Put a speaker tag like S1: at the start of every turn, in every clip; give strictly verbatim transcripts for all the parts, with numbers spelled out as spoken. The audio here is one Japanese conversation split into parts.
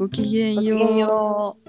S1: ごきげん
S2: ごきげん
S1: よう。
S2: よ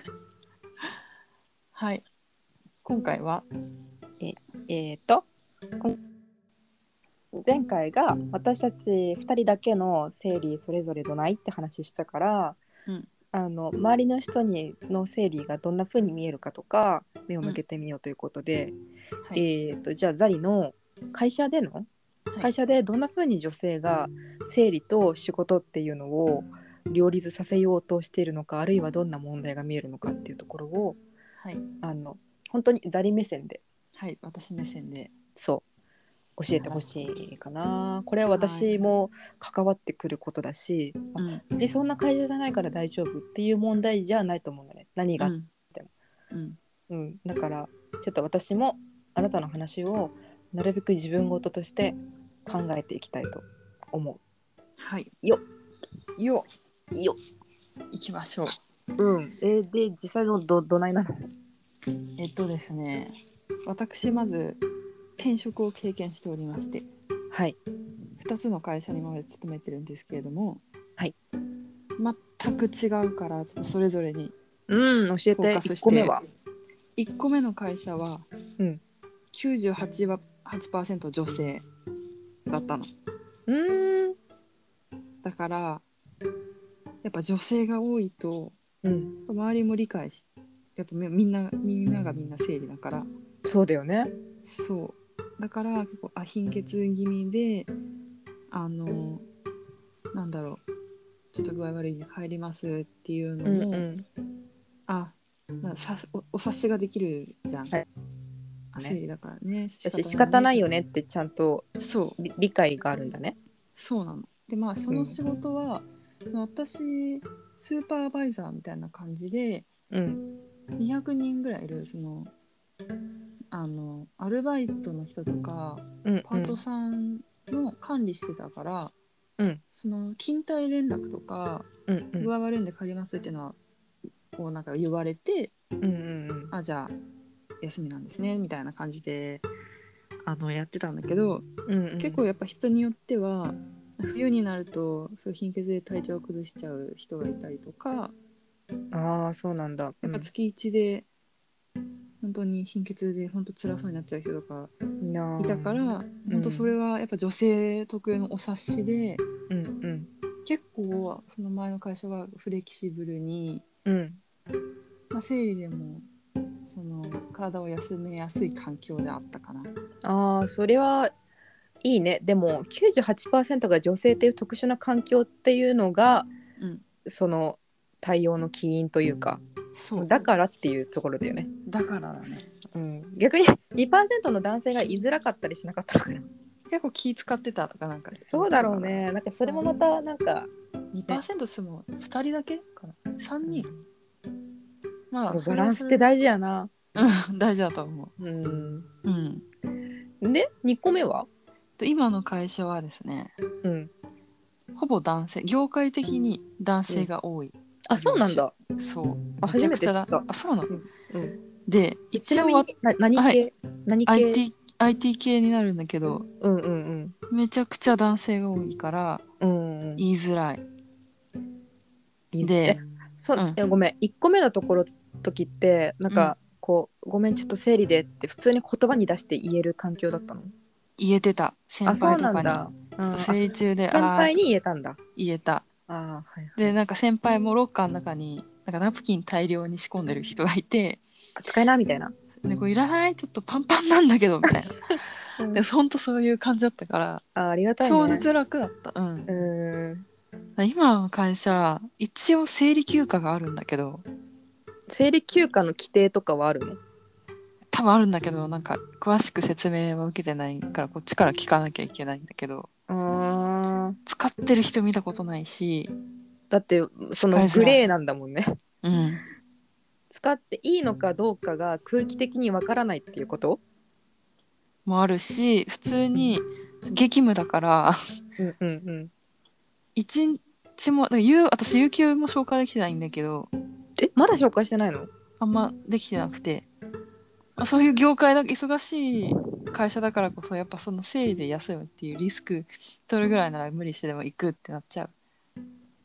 S1: はい。今回は、
S2: う。え、えーと、こん前回が私たちふたりだけの生理それぞれどないって話したから、
S1: うん、
S2: あの周りの人にの生理がどんな風に見えるかとか目を向けてみようということで、
S1: はい、
S2: えーとじゃあザリの会社での
S1: はい、
S2: 会社でどんな風に女性が生理と仕事っていうのを両立させようとしているのか、あるいはどんな問題が見えるのかっていうところを
S1: はい、
S2: あの本当にザリ目線で
S1: はい、私目線で
S2: そう教えてほし
S1: 話していき
S2: いかな。これは
S1: はい。
S2: 私も関わってくることだし、あ
S1: うん、
S2: うちそんな会社じゃないから大丈夫っていう問題じゃないと思うんだね、何があっ
S1: うん、
S2: ても。
S1: うん。
S2: うん、だからちょっと私もあなたの話をなるべく自分事として考えていきたいと思
S1: はい。
S2: うよ
S1: よ、
S2: よ。
S1: 行きましょう。
S2: うん。えーで実際のどどないなの？
S1: えっとですね、私まず転職を経験しておりまして、
S2: はい
S1: ふたつの会社に今まで勤めてるんですけれども、
S2: はい。
S1: 全く違うから、ちょっとそれぞれに
S2: うん、教え
S1: フォー
S2: て。1
S1: カスして、
S2: 個目は？
S1: いっこめの会社は
S2: うん
S1: きゅうじゅうはちパーセント女性だったの。
S2: うーん
S1: だからやっぱ女性が多いと
S2: うん
S1: 周りも理解し、やっぱみんなみんながみんな生理だから、
S2: そうだよね。
S1: そうだから結構あ貧血気味で、あのなんだろう、ちょっと具合悪いんで帰りますっていうの
S2: うんう
S1: も、
S2: ん
S1: あなさお、お察しができるじゃん。
S2: はい
S1: あ生
S2: ね。
S1: 理だからね、仕
S2: 私
S1: 方ない
S2: 仕方ない
S1: ねって。
S2: よねってちゃんと
S1: そう
S2: 理理解があるんだね。
S1: そうなの。でまあそ
S2: うん
S1: の仕事は、私スーパーバイザーみたいな感じで
S2: うん
S1: にひゃくにんぐらいいる、そのあのアルバイトの人とか
S2: うんうん
S1: パートさんの管理してたから、
S2: うん
S1: その勤怠連絡とか
S2: うんうん
S1: 具合悪いんで借りますっていうのはこうなんか言われて、
S2: うんうん
S1: あじゃあ休みなんですねみたいな感じであのやってたんだけど、
S2: うんうん
S1: 結構やっぱ人によっては冬になるとそう貧血で体調を崩しちゃう人がいたりとか、
S2: ああそうなんだ。うん
S1: やっぱ月いちで本当に貧血で本当辛そうになっちゃう人とか
S2: なあ
S1: いたから、本当それはやっぱ女性特有のお察しで、
S2: うんうん
S1: 結構その前の会社はフレキシブルに、
S2: うん
S1: まあ、生理でもその体を休めやすい環境であったかな。
S2: ああそれはいいね。でもきゅうじゅうはちパーセントが女性っていう特殊な環境っていうのが
S1: うん、
S2: その対応の起因というか、
S1: そう
S2: だからっていうところだよね。
S1: だからだね。
S2: うん、逆ににパーセントの男性が居づらかったりしなかったのかな。
S1: 結構気使ってたとかなんか言っ
S2: そうだ
S1: てたから、
S2: ろうね。なんかそれもまたなんかね、
S1: にパーセントすもふたりだけかな、さんにん、まあそ
S2: バ
S1: れはそれで
S2: ランスって大事やな。
S1: うん大事だと思
S2: うん。
S1: う。うん
S2: でにこめは？
S1: で今の会社はですね、
S2: うん
S1: ほぼ男性、業界的に男
S2: うん。
S1: 性が多い
S2: あ、そう
S1: 業種。
S2: なんだ。
S1: そう
S2: あ、
S1: めち
S2: 初
S1: ゃくちゃだ。
S2: めて知った。
S1: あそうなの。
S2: うんうん。
S1: で
S2: ちち
S1: 一応は
S2: なみにな何
S1: はい、
S2: 系？何系？
S1: アイティー アイティー 系になるんだけど、
S2: うんうん
S1: めちゃくちゃ男性が多いから
S2: うんうんうん。
S1: 言いづらい。
S2: いずえ、
S1: で
S2: そ
S1: うん
S2: えごめん。いっこめのところ時ってなん
S1: うん
S2: かこうごめんちょっと生理でって普通に言葉に出して言える環境だったの？
S1: 言えてた、先
S2: あ、そう
S1: 輩とかに
S2: なんだ。うん、
S1: ちょっと
S2: あ、
S1: 生理中であーとか
S2: 先輩に言えたんだ。
S1: 言えた。
S2: あー、はいはい。
S1: でなんか先輩もロッカーの中になんかナプキン大量に仕込んでる人がいて、
S2: あ、使えなみたいな。
S1: でこれいらない、ちょっとパンパンなんだけどみたいな。で
S2: うん。
S1: ほんとそういう感じだったから
S2: あ、ありがたいね。
S1: 超絶楽だった。うん。
S2: うーん。
S1: 今の会社一応生理休暇があるんだけど、
S2: 生理休暇の規定とかはあるの？
S1: 多分あるんだけどなんか詳しく説明は受けてないからこっちから聞かなきゃいけないんだけど、
S2: あー、
S1: 使ってる人見たことないし
S2: だってその
S1: 使いづらい。
S2: グレーなんだもんね。
S1: うん。
S2: 使っていいのかどうかが空気的にわからないっていうこと？
S1: もあるし普通に激務だから
S2: うんうんうん。
S1: 一日も有私有給も消化できてないんだけど、
S2: え、まだ紹介してないの？
S1: あんまできてなくて、まあ、そういう業界だ忙しい会社だからこそやっぱその生理で休むっていうリスク取るぐらいなら無理してでも行くってなっちゃう。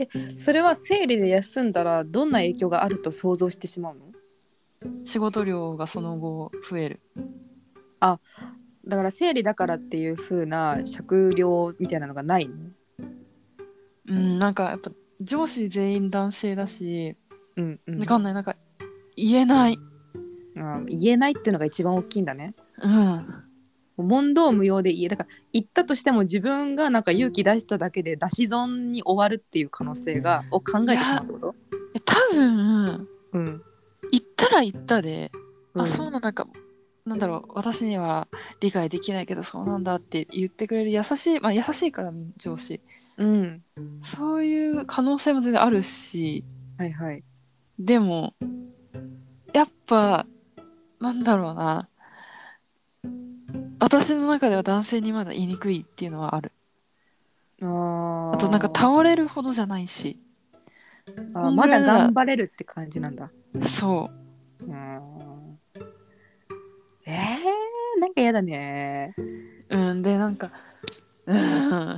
S2: それは生理で休んだらどんな影響があると想像してしまうの？
S1: 仕事量がその後増える。
S2: だから生理だからっていう風な酌量みたいなのがないの？
S1: うんなんかやっぱ上司全員男性だし、
S2: うんうん。
S1: わかんないなんか言えない。
S2: あ、言えないっていうのが一番大きいんだね。
S1: うん
S2: 問答無用で言えだから言ったとしても自分がなんか勇気出しただけで出し損に終わるっていう可能性がを考えてしまうってこと？
S1: え多分
S2: うん
S1: 言ったら言ったで、あそう
S2: うん
S1: なんなんかなんだろう私には理解できないけどそうなんだって言ってくれる優しいまあ優しいから上司、
S2: うん
S1: そういう可能性も全然あるし、
S2: はいはい。
S1: でもやっぱなんだろうな、私の中では男性にまだ言いにくいっていうのはある。
S2: あ
S1: あとなんか
S2: ー
S1: 倒れるほどじゃないし、こんぐ
S2: あ、まだ
S1: らいなら
S2: 頑張れるって感じなんだ。
S1: そ
S2: うーんえー、なんかやだね。
S1: ううんでなんかうん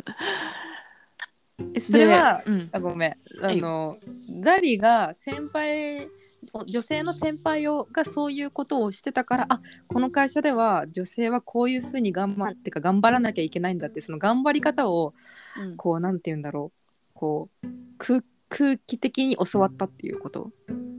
S2: えそれ
S1: で
S2: は
S1: うん
S2: あごめんあ
S1: いいよ。
S2: のザリが先輩女性の先輩をがそういうことをしてたから、あこの会社では女性はこういうふうに頑張ってか頑張らなきゃいけないんだって、その頑張り方を
S1: うん
S2: こうなんて言うんだろう、こう空空気的に教わったっていうこと？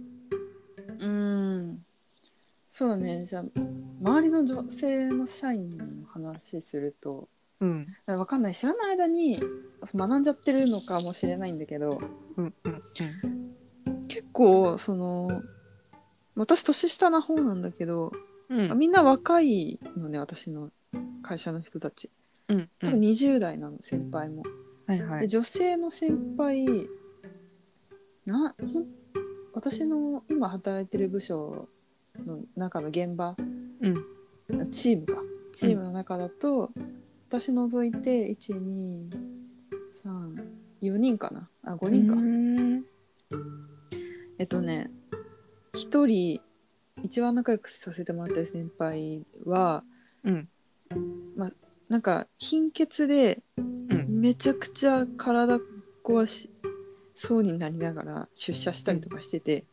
S1: うんそうだね。じゃあ周りの女性の社員の話すると、
S2: うん
S1: わかんない知らない間に学んじゃってるのかもしれないんだけど、
S2: うんうんうん
S1: 結構その私年下な方なんだけど、
S2: うん
S1: みんな若いのね、私の会社の人たち。
S2: うんう
S1: 多分
S2: ん
S1: にじゅう代なの、先輩も。で、
S2: はいはい
S1: 女性の先輩、な、ほん私の今働いてる部署の中の現場、
S2: うん
S1: チームか。チームの中だと、私除いて、いち、に、さん、よにんかな。あ、ごにんか。
S2: うーん
S1: えっとね、ひとり、一番仲良くさせてもらってる先輩は、
S2: うん
S1: まあ、なんか貧血で
S2: うん
S1: めちゃくちゃ体壊しそうになりながら出社したりとかしてて、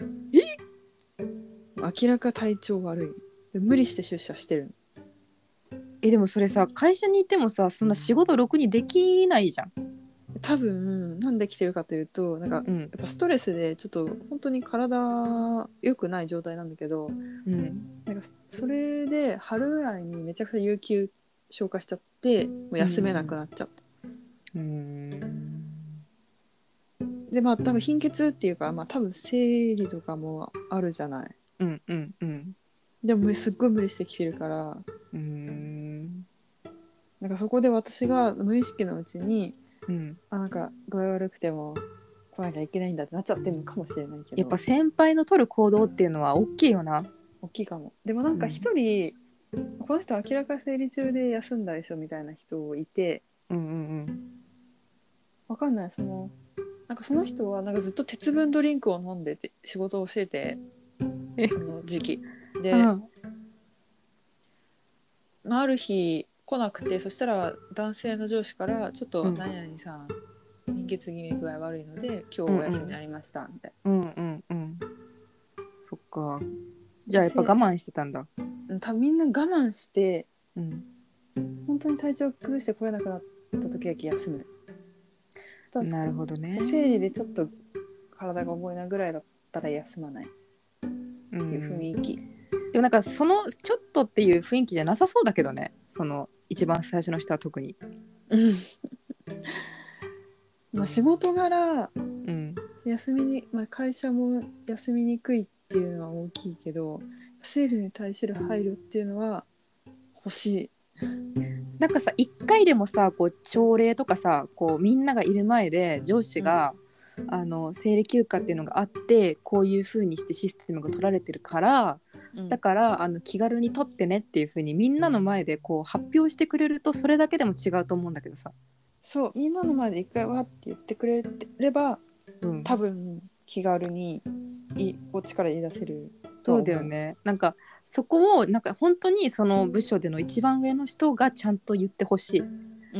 S1: 明らか体調悪いで無理して出社してる。
S2: えでもそれさ会社にいてもさそんな仕事ろくにできないじゃん。
S1: 多分なんで来てるかというと、なんか
S2: うん
S1: やっぱストレスでちょっと本当に体良くない状態なんだけど、
S2: うん
S1: なんかそれで春ぐらいにめちゃくちゃ有給消化しちゃってもう休めなくなっちゃった。
S2: うーん
S1: でまあ多分貧血っていうか、まあ多分生理とかもあるじゃない。
S2: うんうんうん
S1: でもすっごい無理してきてるから、
S2: うーん
S1: なんかそこで私が無意識のうちに、
S2: うん
S1: あなんか具合悪くても来なきゃいけないんだってなっちゃってるのかもしれないけど、
S2: やっぱ先輩の取る行動っていうのは大きいよな。
S1: 大きいかも。でもなんか一人、うん、この人明らか生理中で休んだでしょみたいな人いて、
S2: うんうん
S1: わかんない、そのなんかその人はなんかずっと鉄分ドリンクを飲んでて仕事をしてて、その時期で、
S2: うん
S1: まあ、ある日来なくて、そしたら男性の上司からちょっと
S2: うん
S1: 何々さん貧血気味で具合悪いので今日お休みになりましたみたい
S2: うんうんうんそっか。じゃあやっぱ我慢してたんだ。
S1: な。多分みんな我慢して
S2: うん
S1: 本当に体調崩して来れなくなった時だけ休む。
S2: なるほどね。
S1: 生理でちょっと体が重いなぐらいだったら休まないって
S2: う
S1: いう雰囲気。
S2: でもなんかそのちょっとっていう雰囲気じゃなさそうだけどね、その一番最初の人は特に。
S1: うんまあ仕事柄
S2: うん
S1: 休みに、まあ、会社も休みにくいっていうのは大きいけど、生理に対する配慮っていうのは欲しい。
S2: なんかさ一回でもさこう朝礼とかさこうみんながいる前で上司が、うん、あの生理休暇っていうのがあってこういう風にしてシステムが取られてるから、うん、だからあの気軽に取ってねっていう風にみんなの前でこう発表してくれるとそれだけでも違うと思うんだけどさ。
S1: そうみんなの前で一回わって言ってくれれば、うん、多分気軽にいこっちから言い出せる。
S2: そうだよね。なんかそこをなんか本当にその部署での一番上の人がちゃんと言ってほしい、
S1: うん、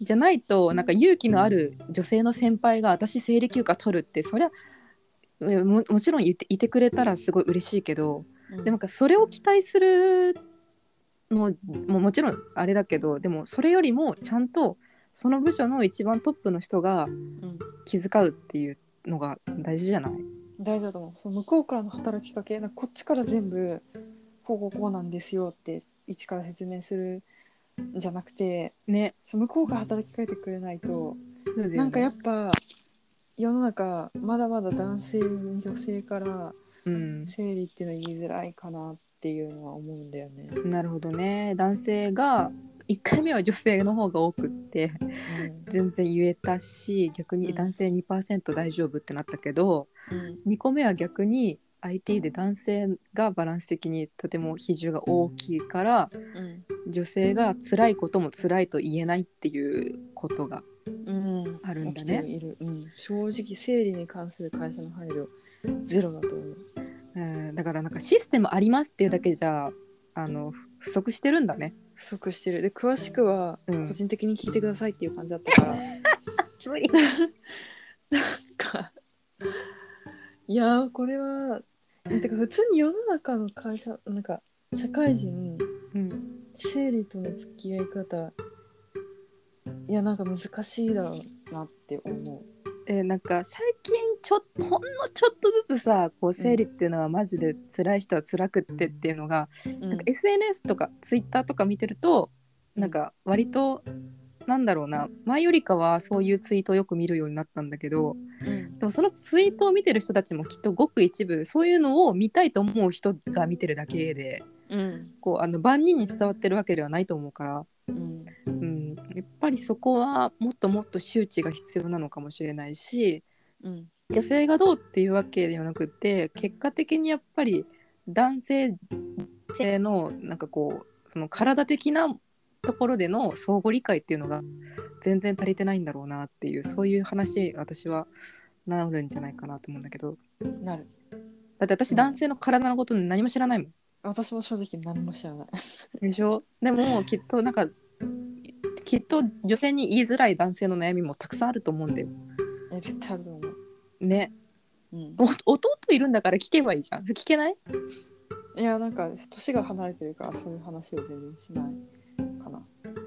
S2: じゃないとなんか勇気のある女性の先輩が私生理休暇取るってそりゃえも、もちろん言っていてくれたらすごい嬉しいけど、
S1: うん、
S2: でもなんかそれを期待するのももちろんあれだけど、でもそれよりもちゃんとその部署の一番トップの人が
S1: うん、
S2: 気遣うっていうのが大事じゃない？
S1: 大丈夫だと思う。その向こうからの働きかけ、なんかこっちから全部こうこうこうなんですよって一から説明するんじゃなくて、
S2: ね。
S1: そう向こうから働きかけてくれないと、
S2: そうだよね。
S1: なんかやっぱ世の中まだまだ男性に女性から
S2: うん
S1: 生理っていうのは言いづらいかなっていうのは思うんだよね。
S2: なるほどね。男性がいっかいめは女性の方が多くって
S1: うん
S2: 全然言えたし、逆に男性 にパーセント 大丈夫ってなったけど、
S1: うん
S2: にこめは逆に アイティー で男性がバランス的にとても比重が大きいから
S1: うん
S2: 女性が辛いことも辛いと言えないっていうことが
S1: うん
S2: あるんだ
S1: 起きて
S2: ね。
S1: いる、うん、正直生理に関する会社の配慮ゼロだと思う。
S2: うん、だからなんかシステムありますっていうだけじゃあの不足してるんだね。
S1: 不足してる。で詳しくは
S2: うん
S1: 個人的に聞いてくださいっていう感じだったから、
S2: 無理。
S1: かいやーこれはてか普通に世の中の会社なんか社会人
S2: うん
S1: 生理との付き合い方いやなんか難しいだろうなって思
S2: えーなんか最近ちょっとほんのちょっとずつさこう生理っていうのはマジで辛い人は辛くってっていうのが、
S1: う、うん、
S2: なんか エスエヌエス とか ツイッター とか見てるとなんか割となんだろうな、前よりかはそういうツイートをよく見るようになったんだけど、
S1: うん
S2: でもそのツイートを見てる人たちもきっとごく一部そういうのを見たいと思う人が見てるだけで、
S1: うん
S2: こうあの万人に伝わってるわけではないと思うから、
S1: うん
S2: うん、やっぱりそこはもっともっと周知が必要なのかもしれないし、
S1: うん
S2: 女性がどうっていうわけではなくて結果的にやっぱり男性性のなんかこうその体的なところでの相互理解っていうのが全然足りてないんだろうなっていう、そういう話私はなるんじゃないかなと思うんだけど、
S1: なる。
S2: だって私男性の体のこと何も知らないもん。
S1: 私も正直何も知らない。
S2: でしょ？でもきっとなんかきっと女性に言いづらい男性の悩みもたくさんあると思うんだよ
S1: え絶対あると思う。
S2: ね。
S1: うん
S2: お弟いるんだから聞けばいいじゃん。聞けない？
S1: いやなんか年が離れてるからそういう話を全然しないかな。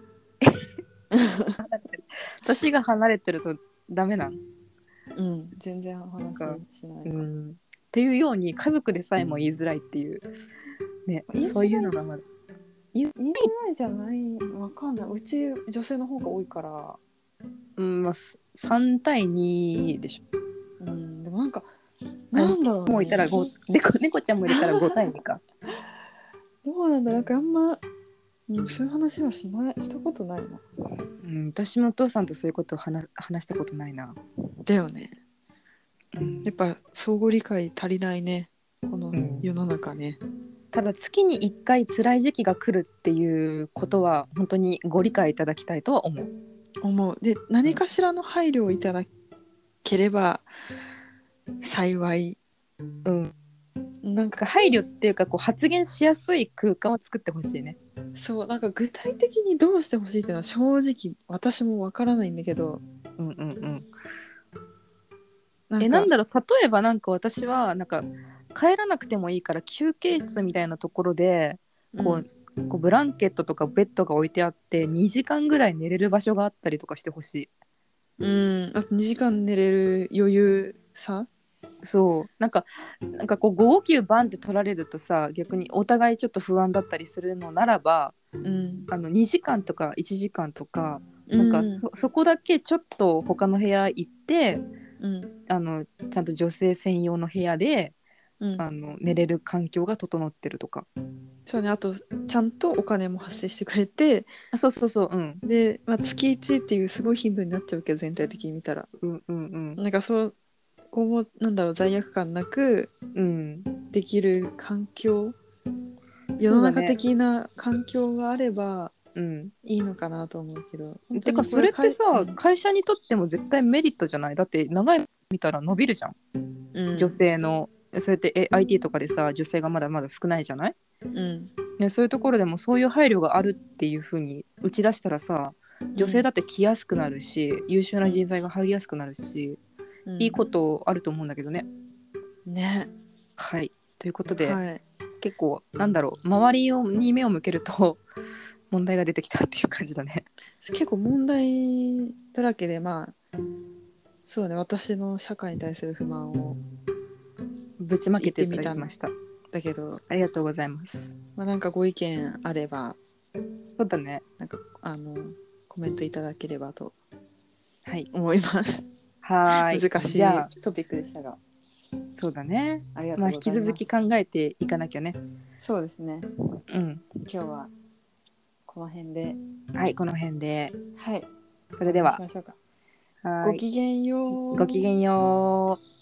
S2: 年が離れてるとダメなん？
S1: うん全然話しないか。
S2: うんっていうように家族でさえも言いづらいっていうね、
S1: 言いづらい
S2: そういうのがまだ
S1: 言いづらいじゃないわかんない。うち女性の方が多いから。
S2: うんまあさんたいにでしょ。
S1: うんでもなんかなんだろう、ね、
S2: もういたらご猫猫ちゃんも入れたらごたいにか。
S1: どうなんだなんかあんま、うん、そういう話はしないしたことないな。
S2: うん、私もお父さんとそういうことを話話したことないな。
S1: だよね。
S2: うん、
S1: やっぱ相互理解足りないねこの世の中ね。
S2: うん、ただ月にいっかい辛い時期が来るっていうことは本当にご理解いただきたいとは思う。
S1: 思う。で何かしらの配慮をいただければ幸い。
S2: うん、
S1: なんか
S2: 配慮っていうかこう発言しやすい空間を作ってほしいね。
S1: そうなんか具体的にどうしてほしいっていうのは正直私もわからないんだけど、
S2: うんうんうん。
S1: なんか
S2: えなんだろう、例えばなんか私はなんか帰らなくてもいいから休憩室みたいなところでこう、うん、こうブランケットとかベッドが置いてあってにじかんぐらい寝れる場所があったりとかしてほしい。
S1: うんあとにじかん寝れる余裕さ。
S2: そうなんかなんかこうごきゅうバンって取られるとさ逆にお互いちょっと不安だったりするのならば、
S1: うん、
S2: あのにじかんとかいちじかんとか、うん、なんか そ, そこだけちょっと他の部屋行って、うん、あのちゃんと女性専用の部屋で、うん、あの寝れる環境が整ってるとか。
S1: そうね。あとちゃんとお金も発生してくれて、
S2: あそうそうそう、うん、
S1: で、まあ、月いちっていうすごい頻度になっちゃうけど全体的に見たら、
S2: うんうんうん、
S1: なんかそうこうもなんだろう罪悪感なくできる環境、うん、世の中的な環境があればいいのかなと思うけど、
S2: うん、てかそれってさ、うん、会社にとっても絶対メリットじゃない？だって長い目見たら伸びるじゃん、うん、女性のそうやってえ アイティー とかでさ女性がまだまだ少ないじゃない、うんね、そういうところでもそういう配慮があるっていう風に打ち出したらさ、 女性だって来やすくなるし、優秀な人材が入りやすくなるし、
S1: うん
S2: いいことあると思うんだけどね。
S1: ね。
S2: はいということで、
S1: はい。
S2: 結構なんだろう、周りをに目を向けると問題が出てきたっていう感じだね。
S1: 結構問題だらけで、まあそうね、私の社会に対する不満を
S2: ぶちまけていただきました。
S1: だけど、
S2: ありがとうございます。
S1: まあ、なんかご意見あれば、
S2: そうだね。
S1: なんかあのコメントいただければと
S2: はい
S1: 思います
S2: はーい。
S1: 難しい
S2: じゃあ
S1: トピックでしたが、
S2: そうだね。
S1: ありがと
S2: まあ
S1: うございます。
S2: 引き続き考えていかなきゃね。
S1: そうですね。
S2: うん。
S1: 今日はこの辺で、
S2: はいこの辺で。
S1: はい。
S2: それでは
S1: 終わりにしましょうか。
S2: はーい
S1: ごきげんよう。
S2: ごきげんよう。